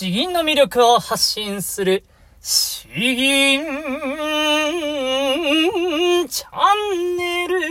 詩吟の魅力を発信する詩吟チャンネル。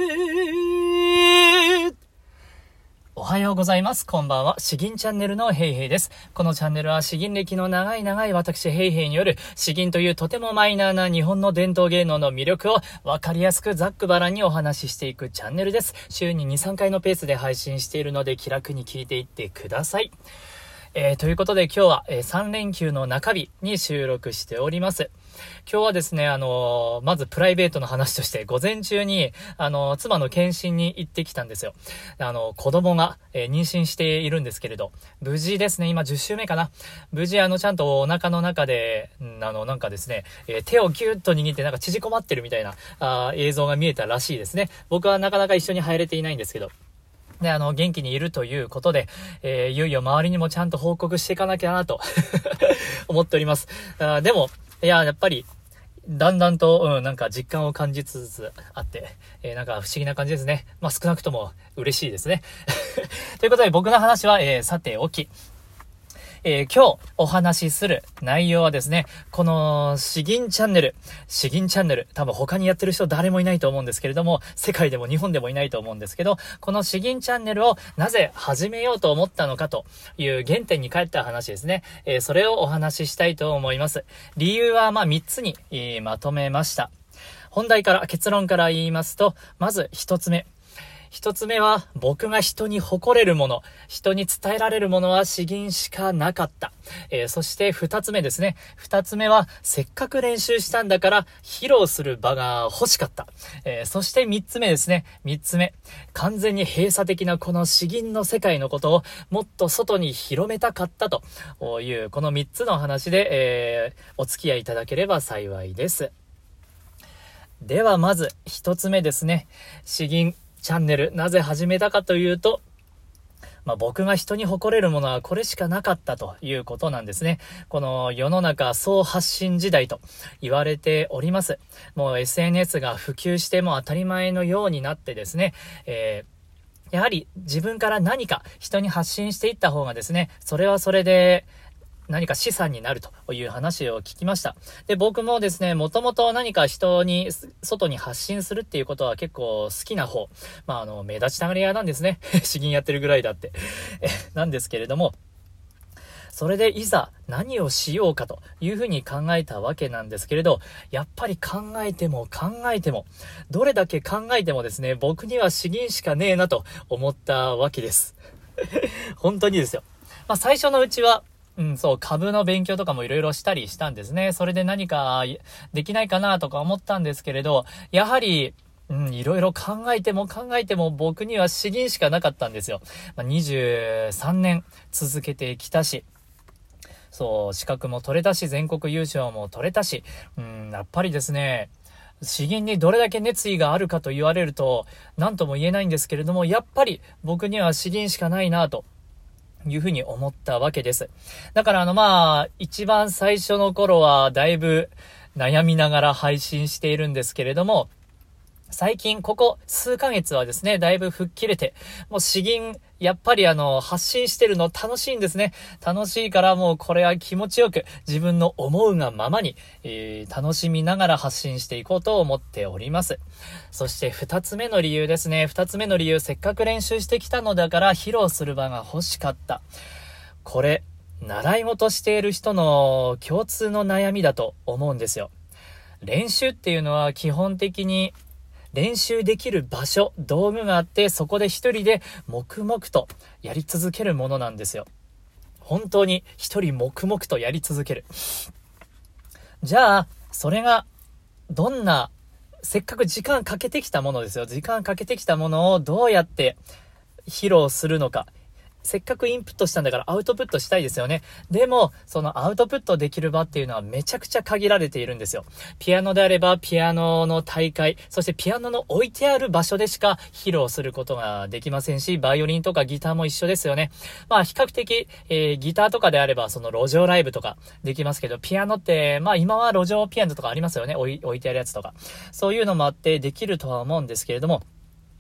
おはようございます。こんばんは。詩吟チャンネルのヘイヘイです。このチャンネルは詩吟歴の長い私ヘイヘイによる詩吟というとてもマイナーな日本の伝統芸能の魅力をわかりやすくざっくばらんにお話ししていくチャンネルです。週に 2,3 回のペースで配信しているので気楽に聞いていってください。ということで今日は、3連休の中日に収録しております。今日はですね、まずプライベートの話として午前中に、妻の検診に行ってきたんですよ。子供が、妊娠しているんですけれど、無事ですね、今10週目かな。無事ちゃんとお腹の中で、なんかですね、手をギュッと握ってなんか縮こまってるみたいな、映像が見えたらしいですね。僕はなかなか一緒に入れていないんですけど。で、元気にいるということで、いよいよ周りにもちゃんと報告していかなきゃなと思っております。でも、やっぱり、だんだんと、なんか実感を感じつつあって、なんか不思議な感じですね。まあ、少なくとも嬉しいですね。ということで僕の話は、さておき。今日お話しする内容はですね、この詩吟チャンネル、多分他にやってる人誰もいないと思うんですけれども、世界でも日本でもいないと思うんですけど、この詩吟チャンネルをなぜ始めようと思ったのかという原点に帰った話ですね。それをお話ししたいと思います。理由は3つに、まとめました。結論から言いますと、まず一つ目は僕が人に誇れるもの、人に伝えられるものは詩吟しかなかった。そして二つ目ですね。二つ目はせっかく練習したんだから披露する場が欲しかった。そして三つ目ですね。完全に閉鎖的なこの詩吟の世界のことをもっと外に広めたかったというこの三つの話で、お付き合いいただければ幸いです。ではまず一つ目ですね。詩吟チャンネル、なぜ始めたかというと、僕が人に誇れるものはこれしかなかったということなんですね。この世の中総発信時代と言われております。もう SNS が普及しても当たり前のようになってですね、やはり自分から何か人に発信していった方がですね、それはそれで何か資産になるという話を聞きました。で、僕もですね、もともと何か人に外に発信するっていうことは結構好きな方。目立ちたがり屋なんですね。詩吟やってるぐらいだって。なんですけれども、それでいざ何をしようかというふうに考えたわけなんですけれど、やっぱり考えても、どれだけ考えてもですね、僕には詩吟しかねえなと思ったわけです。本当にですよ。最初のうちは、株の勉強とかもいろいろしたりしたんですね。それで何かできないかなとか思ったんですけれど、やはり、いろいろ考えても僕には詩吟しかなかったんですよ。23年続けてきたし、資格も取れたし、全国優勝も取れたし、やっぱりですね、詩吟にどれだけ熱意があるかと言われると、何とも言えないんですけれども、やっぱり僕には詩吟しかないなというふうに思ったわけです。だから一番最初の頃はだいぶ悩みながら配信しているんですけれども、最近ここ数ヶ月はですね、だいぶ吹っ切れて、もう詩吟やっぱり発信してるの楽しいんですね。楽しいからもうこれは気持ちよく自分の思うがままに、楽しみながら発信していこうと思っております。そして二つ目の理由ですね。せっかく練習してきたのだから披露する場が欲しかった。これ、習い事している人の共通の悩みだと思うんですよ。練習っていうのは基本的に練習できる場所、道具があって、そこで一人で黙々とやり続けるものなんですよ。本当に一人黙々とやり続ける。じゃあ、それがせっかく時間かけてきたものですよ。時間かけてきたものをどうやって披露するのか。せっかくインプットしたんだからアウトプットしたいですよね。でも、そのアウトプットできる場っていうのはめちゃくちゃ限られているんですよ。ピアノであればピアノの大会、そしてピアノの置いてある場所でしか披露することができませんし、バイオリンとかギターも一緒ですよね。比較的、ギターとかであればその路上ライブとかできますけど、ピアノって今は路上ピアノとかありますよね。置いてあるやつとか。そういうのもあってできるとは思うんですけれども、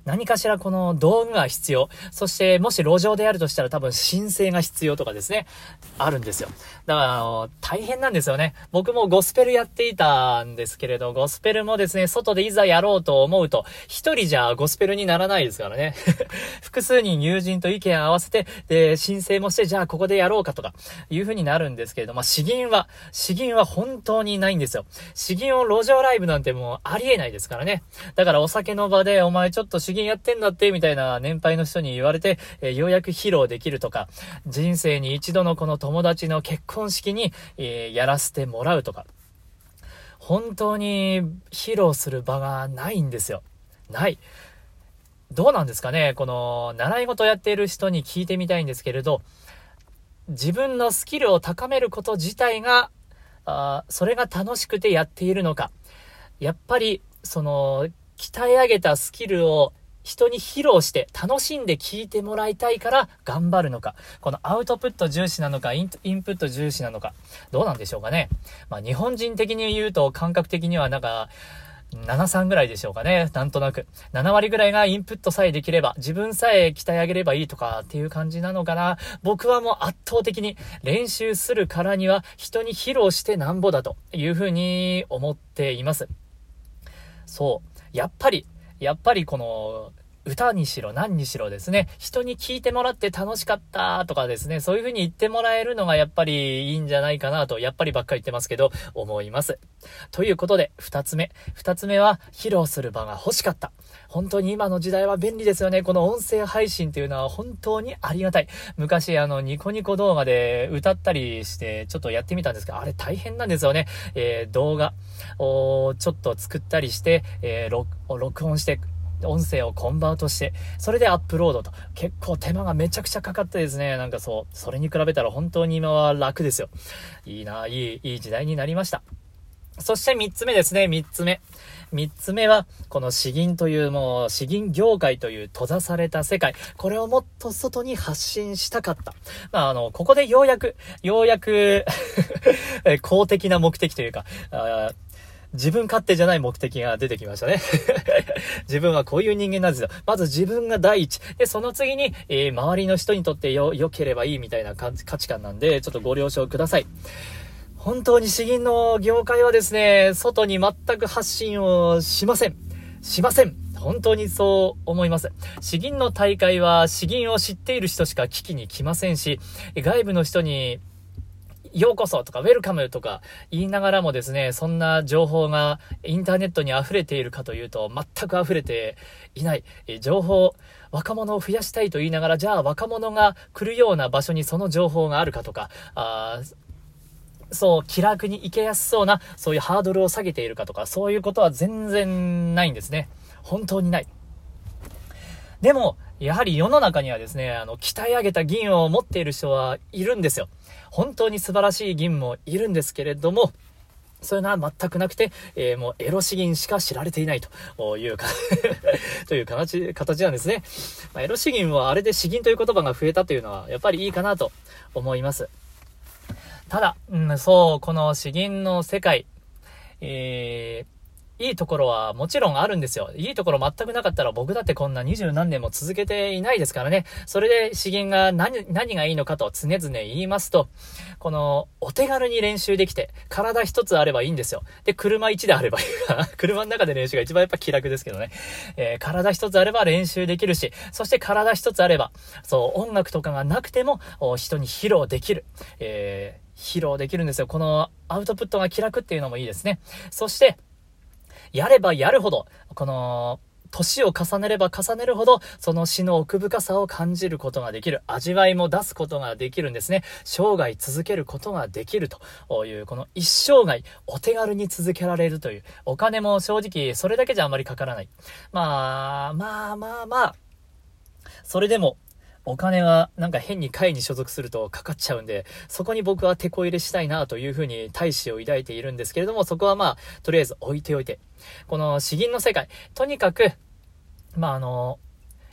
何かしらこの道具が必要。そしてもし路上であるとしたら多分申請が必要とかですね。あるんですよ。だから大変なんですよね。僕もゴスペルやっていたんですけれど、ゴスペルもですね、外でいざやろうと思うと、一人じゃゴスペルにならないですからね。複数人友人と意見を合わせて、で、申請もして、じゃあここでやろうかとか、いう風になるんですけれど、詩吟は本当にないんですよ。詩吟を路上ライブなんてもうありえないですからね。だからお酒の場で、お前ちょっと詩吟やってんだって、みたいな年配の人に言われて、ようやく披露できるとか、人生に一度のこの友達の結婚式に、やらせてもらうとか、本当に披露する場がないんですよ。ない。どうなんですかね、この習い事やっている人に聞いてみたいんですけれど、自分のスキルを高めること自体が、それが楽しくてやっているのか、やっぱりその鍛え上げたスキルを人に披露して楽しんで聞いてもらいたいから頑張るのか、このアウトプット重視なのかインプット重視なのか、どうなんでしょうかね。日本人的に言うと感覚的にはなんか7-3ぐらいでしょうかね。なんとなく7割ぐらいがインプットさえできれば、自分さえ鍛え上げればいいとかっていう感じなのかな。僕はもう圧倒的に練習するからには人に披露してなんぼだというふうに思っています。そう、やっぱりこの歌にしろ何にしろですね、人に聞いてもらって楽しかったとかですね、そういう風に言ってもらえるのがやっぱりいいんじゃないかなと、やっぱりばっかり言ってますけど思います。ということで2つ目は披露する場が欲しかった。本当に今の時代は便利ですよね。この音声配信っていうのは本当にありがたい。昔ニコニコ動画で歌ったりしてちょっとやってみたんですけど、あれ大変なんですよね。動画をちょっと作ったりして、録音して音声をコンバートして、それでアップロードと、結構手間がめちゃくちゃかかってですね、なんかそれに比べたら本当に今は楽ですよ。いい時代になりました。そして3つ目ですね。3つ目はこの詩吟という、もう詩吟業界という閉ざされた世界、これをもっと外に発信したかった。ここでようやく公的な目的というか、自分勝手じゃない目的が出てきましたね。自分はこういう人間なんですよ。まず自分が第一。で、その次に、周りの人にとって良ければいいみたいな価値観なんで、ちょっとご了承ください。本当に詩吟の業界はですね、外に全く発信をしません。本当にそう思います。詩吟の大会は詩吟を知っている人しか聞きに来ませんし、外部の人にようこそとかウェルカムとか言いながらもですね、そんな情報がインターネットに溢れているかというと全く溢れていない。情報、若者を増やしたいと言いながら、じゃあ若者が来るような場所にその情報があるかとか、そう気楽に行けやすそうなそういうハードルを下げているかとか、そういうことは全然ないんですね。本当にない。でもやはり世の中にはですね、鍛え上げた銀を持っている人はいるんですよ。本当に素晴らしい銀もいるんですけれども、そういうのは全くなくて、もうエロ詩吟しか知られていないというかという形なんですね。エロ詩吟はあれで詩吟という言葉が増えたというのはやっぱりいいかなと思います。ただ、この詩吟の世界、いいところはもちろんあるんですよ。いいところ全くなかったら僕だってこんな20何年も続けていないですからね。それで詩吟が何がいいのかと常々言いますと、このお手軽に練習できて体一つあればいいんですよ。で、車1であればいいかな。車の中で練習が一番やっぱ気楽ですけどね。体一つあれば練習できるし、そして体一つあれば、音楽とかがなくても人に披露できる。披露できるんですよ。このアウトプットが気楽っていうのもいいですね。そしてやればやるほど、この年を重ねれば重ねるほど、その詩の奥深さを感じることができる。味わいも出すことができるんですね。生涯続けることができるという、この一生涯お手軽に続けられるという。お金も正直それだけじゃあまりかからない。まあそれでもお金はなんか変に会に所属するとかかっちゃうんで、そこに僕は手こ入れしたいなというふうに大志を抱いているんですけれども、そこはとりあえず置いておいて、この詩吟の世界、とにかく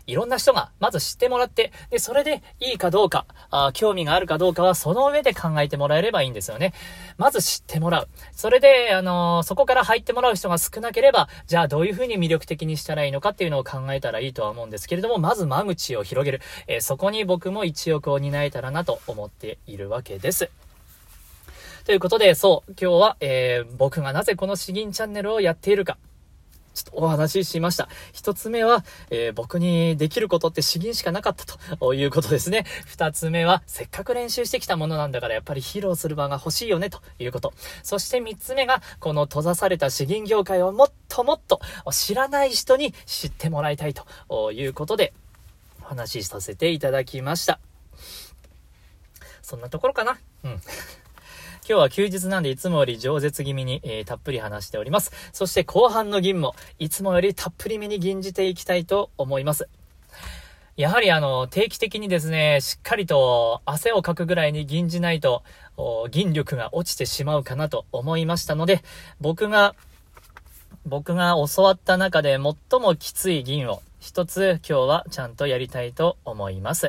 いろんな人がまず知ってもらって、で、それでいいかどうか、興味があるかどうかはその上で考えてもらえればいいんですよね。まず知ってもらう。それで、そこから入ってもらう人が少なければ、じゃあどういうふうに魅力的にしたらいいのかっていうのを考えたらいいとは思うんですけれども、まず間口を広げる。そこに僕も一翼を担えたらなと思っているわけです。ということで、今日は、僕がなぜこの詩吟チャンネルをやっているか、ちょっとお話ししました。一つ目は、僕にできることって詩吟しかなかったということですね。二つ目は、せっかく練習してきたものなんだからやっぱり披露する場が欲しいよねということ。そして三つ目が、この閉ざされた詩吟業界をもっともっと知らない人に知ってもらいたいということで、お話しさせていただきました。そんなところかな。今日は休日なんでいつもより饒舌気味に、たっぷり話しております。そして後半の吟もいつもよりたっぷりめに吟じていきたいと思います。やはり定期的にですね、しっかりと汗をかくぐらいに吟じないと吟力が落ちてしまうかなと思いましたので、僕が教わった中で最もきつい吟を一つ今日はちゃんとやりたいと思います。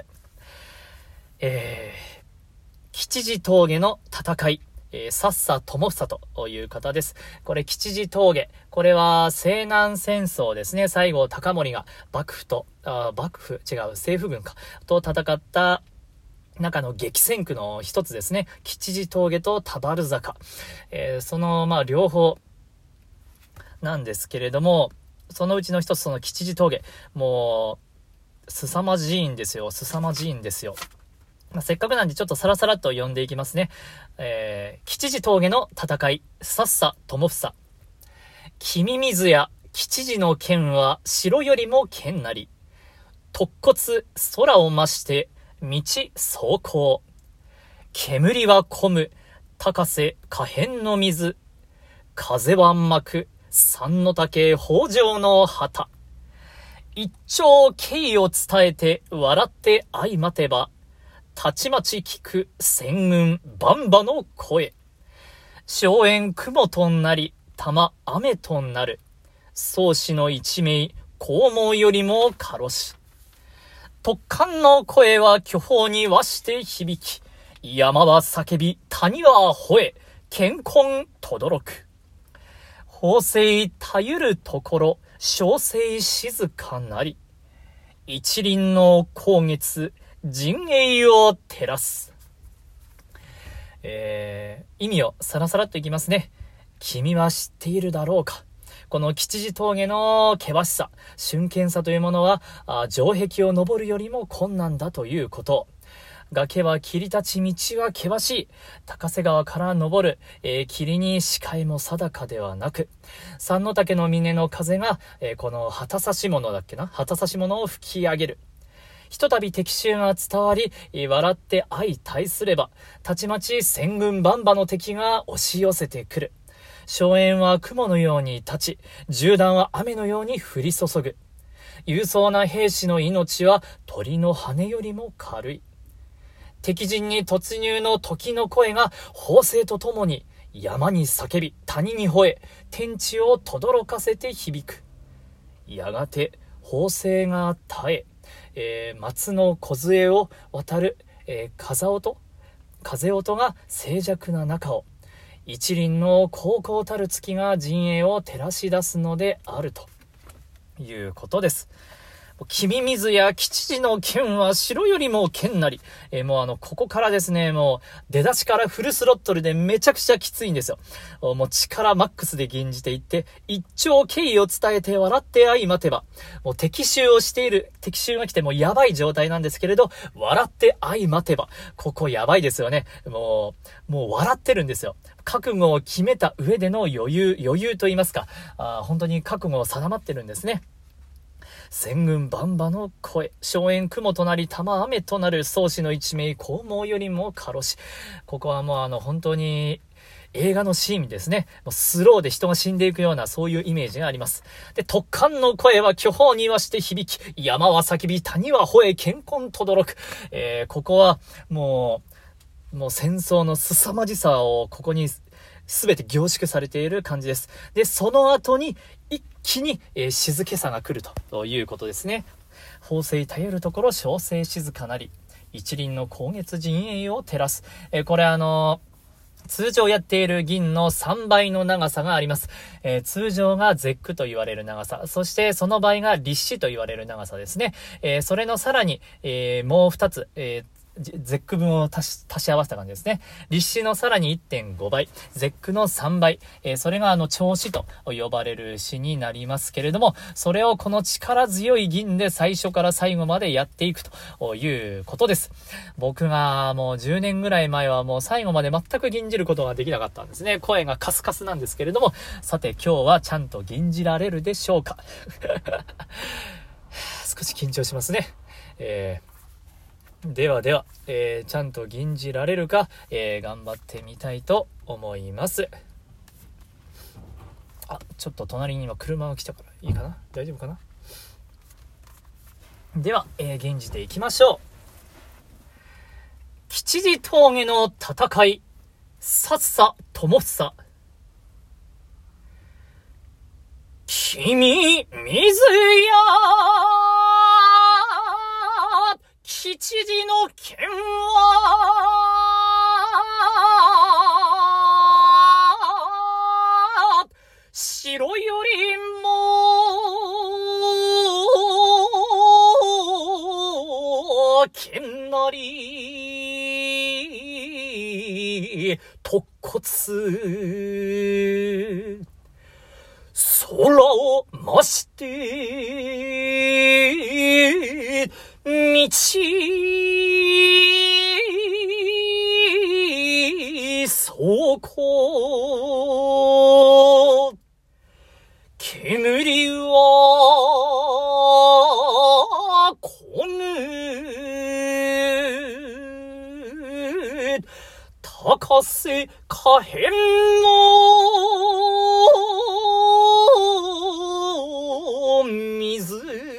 吉次峠の戦い、佐々友房という方です。これ吉次峠、これは西南戦争ですね。西郷隆盛が政府軍と戦った中の激戦区の一つですね。吉次峠と田原坂、その両方なんですけれども、そのうちの一つ、その吉次峠、もう凄まじいんですよ。せっかくなんでちょっとサラサラっと読んでいきますね。吉次峠の戦い、佐々友房。君水や吉次の剣は城よりも剣なり。突骨空を増して道走行。煙は混む高瀬可変の水。風は巻く山の竹北条の旗。一丁敬を伝えて笑って相待てば。たちまち聞く戦軍バンバの声。荘園雲となり、玉雨となる。宗師の一名、黄毛よりもかろし。突貫の声は巨峰に和して響き、山は叫び、谷は吠え、乾坤とどろく。法制たゆるところ、小生静かなり。一輪の光月、陣営を照らす。意味をさらさらっといきますね。君は知っているだろうか。この吉次峠の険しさ、峻険さというものは、城壁を登るよりも困難だということ。崖は切り立ち、道は険しい。高瀬川から登る、霧に視界も定かではなく、山の竹の峰の風が、この旗差し物を吹き上げる。ひとたび敵襲が伝わり、笑って相対すれば、たちまち戦軍バンバの敵が押し寄せてくる。荘園は雲のように立ち、銃弾は雨のように降り注ぐ。勇壮な兵士の命は鳥の羽よりも軽い。敵陣に突入の時の声が砲声とともに山に叫び、谷に吠え、天地を轟かせて響く。やがて砲声が絶え、松の梢を渡る、風音が静寂な中を、一輪の高々たる月が陣営を照らし出すのであるということです。君水や吉次の剣は城よりも剣なり。もうここからですね、もう出だしからフルスロットルでめちゃくちゃきついんですよ。もう力マックスで吟じていって、一丁敬意を伝えて笑って相待てば、もう敵襲が来てもうやばい状態なんですけれど、笑って相待てば、ここやばいですよね。もう笑ってるんですよ。覚悟を決めた上での余裕と言いますか、本当に覚悟を定まってるんですね。戦軍バンバの声、荘園雲となり玉雨となる宗師の一名、黄毛よりもかろし。ここはもう本当に映画のシーンですね。もうスローで人が死んでいくようなそういうイメージがあります。で、突貫の声は巨峰に和して響き、山は叫び、谷は吠え、乾坤とどろく。ここはもう戦争の凄まじさをここに全て凝縮されている感じです。で、その後に一気に、静けさが来るということですね。 法制頼るところ小生静かなり。一輪の光月陣営を照らす。これ通常やっている銀の3倍の長さがあります。通常が絶句と言われる長さ。そしてその倍が立志と言われる長さですね。それのさらに、もう2つ、絶句分を足し合わせた感じですね。立志のさらに 1.5 倍、絶句の3倍、それが調子と呼ばれる詩になりますけれども、それをこの力強い銀で最初から最後までやっていくということです。僕がもう10年ぐらい前はもう最後まで全く吟じることができなかったんですね。声がカスカスなんですけれども、さて今日はちゃんと吟じられるでしょうか。少し緊張しますね。では、ちゃんと吟じられるか、頑張ってみたいと思います。ちょっと隣に今車が来たからいいかな？大丈夫かな？では、吟じていきましょう。吉次峠の戦い、さっさともさ。君、水や、吉次の剣は、城よりも、剣なり、突骨、空を増して、道走行煙はこぬ高瀬可変の水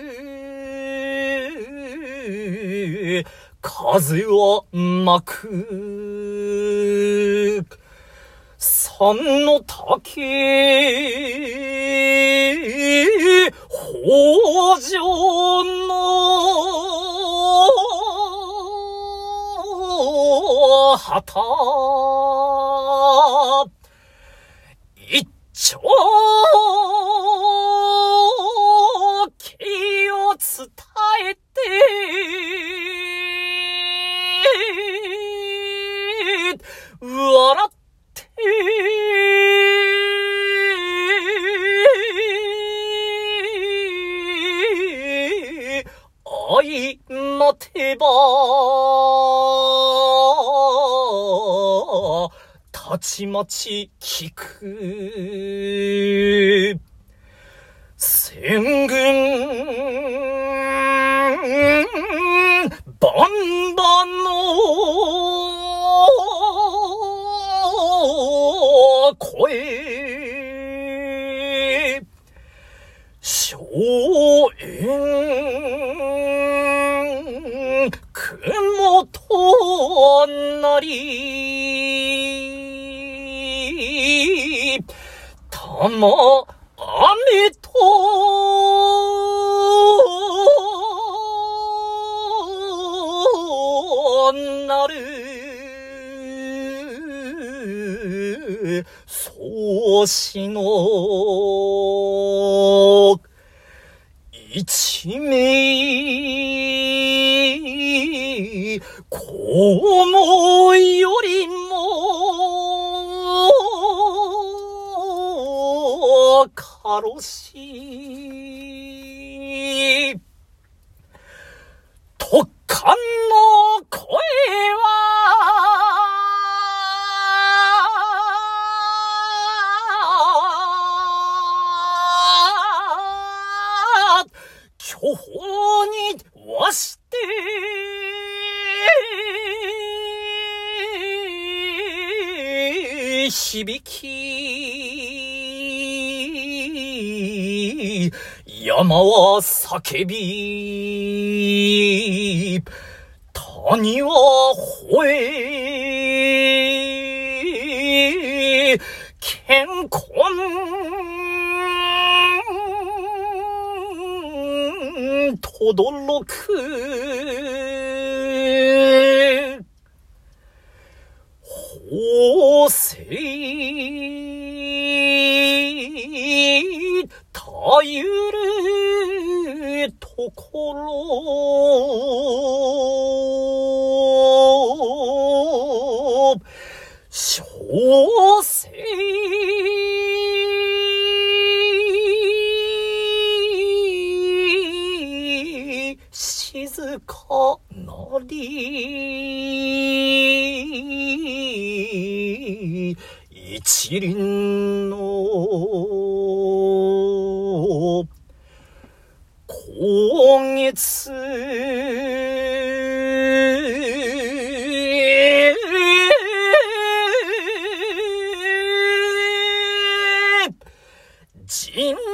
風は巻く山の竹北条の旗一丁気を伝えて笑って愛なてばたちまち聞く戦軍バンバンの声荘園雲となり玉雨となる宗師の一名子もよりもかろし特艦の声は巨峰にわして響き山は叫び谷は吠え乾坤ほどろく法制たゆるところ小生静かなり一輪の今月人を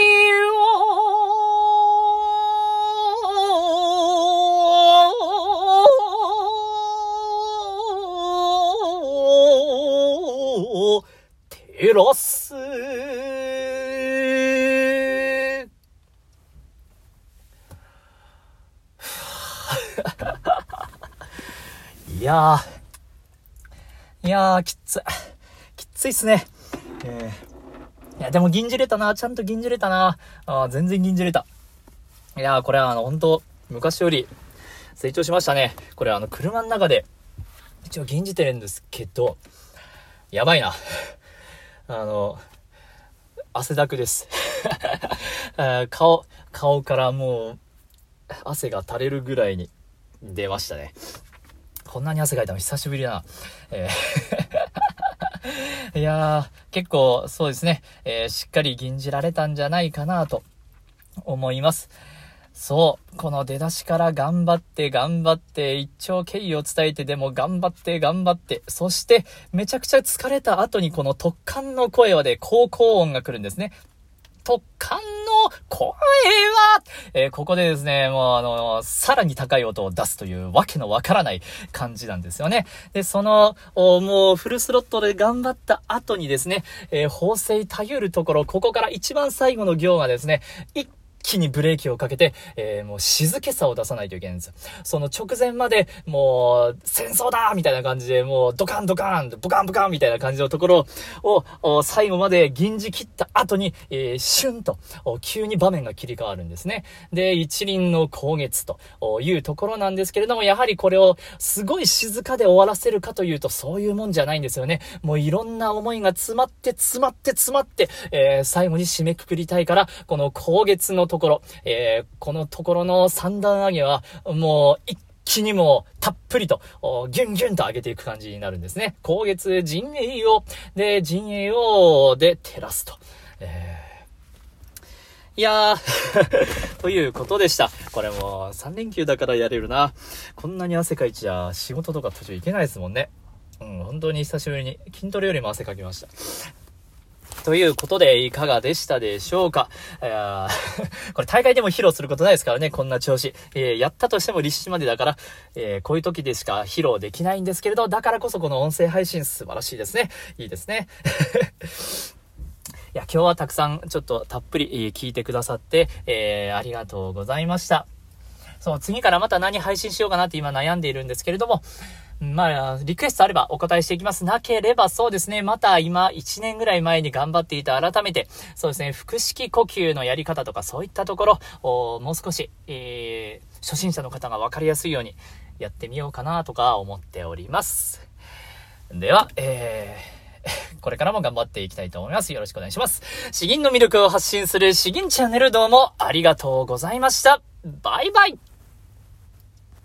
照らすいやーきついっすね。いやでも銀じれたな、ちゃんと銀じれたな。全然銀じれた。いやーこれは本当昔より成長しましたね。これ車の中で一応銀じてるんですけど、やばいな。汗だくです顔からもう汗が垂れるぐらいに出ましたね。こんなに汗かいたの久しぶりだな。いやー結構そうですね、しっかり吟じられたんじゃないかなと思います。そう、この出だしから頑張って一丁敬意を伝えて、でも頑張って、そしてめちゃくちゃ疲れた後にこの突貫の声はで高音が来るんですね。突貫の声は、ここでですね、もうさらに高い音を出すというわけのわからない感じなんですよね。で、もうフルスロットルで頑張った後にですね、法制たゆるところ、ここから一番最後の行がですね、一気にブレーキをかけて、もう静けさを出さないといけないんですよ。その直前までもう戦争だみたいな感じで、もうドカンブカンみたいな感じのところを最後まで吟じ切った後に、シュンと急に場面が切り替わるんですね。で、一輪の光月というところなんですけれども、やはりこれをすごい静かで終わらせるかというとそういうもんじゃないんですよね。もういろんな思いが詰まって、最後に締めくくりたいから、この光月のところ、このところの三段上げはもう一気にもたっぷりとギュンギュンと上げていく感じになるんですね。光月陣営をで照らすと、いやーということでした。これも3連休だからやれるな。こんなに汗かいちゃ仕事とか途中行けないですもんね。本当に久しぶりに筋トレよりも汗かきました。ということでいかがでしたでしょうか。これ大会でも披露することないですからね、こんな調子。やったとしても立志までだから、こういう時でしか披露できないんですけれど、だからこそこの音声配信素晴らしいですね。いいですね。いや、今日はたくさんちょっとたっぷり聞いてくださって、ありがとうございました。そう、次からまた何配信しようかなって今悩んでいるんですけれども、リクエストあればお答えしていきます。なければそうですね、また今1年ぐらい前に頑張っていた改めて、そうですね、腹式呼吸のやり方とかそういったところをもう少し、初心者の方が分かりやすいようにやってみようかなとか思っております。では、これからも頑張っていきたいと思います。よろしくお願いします。詩吟の魅力を発信する詩吟チャンネル、どうもありがとうございました。バイバイ。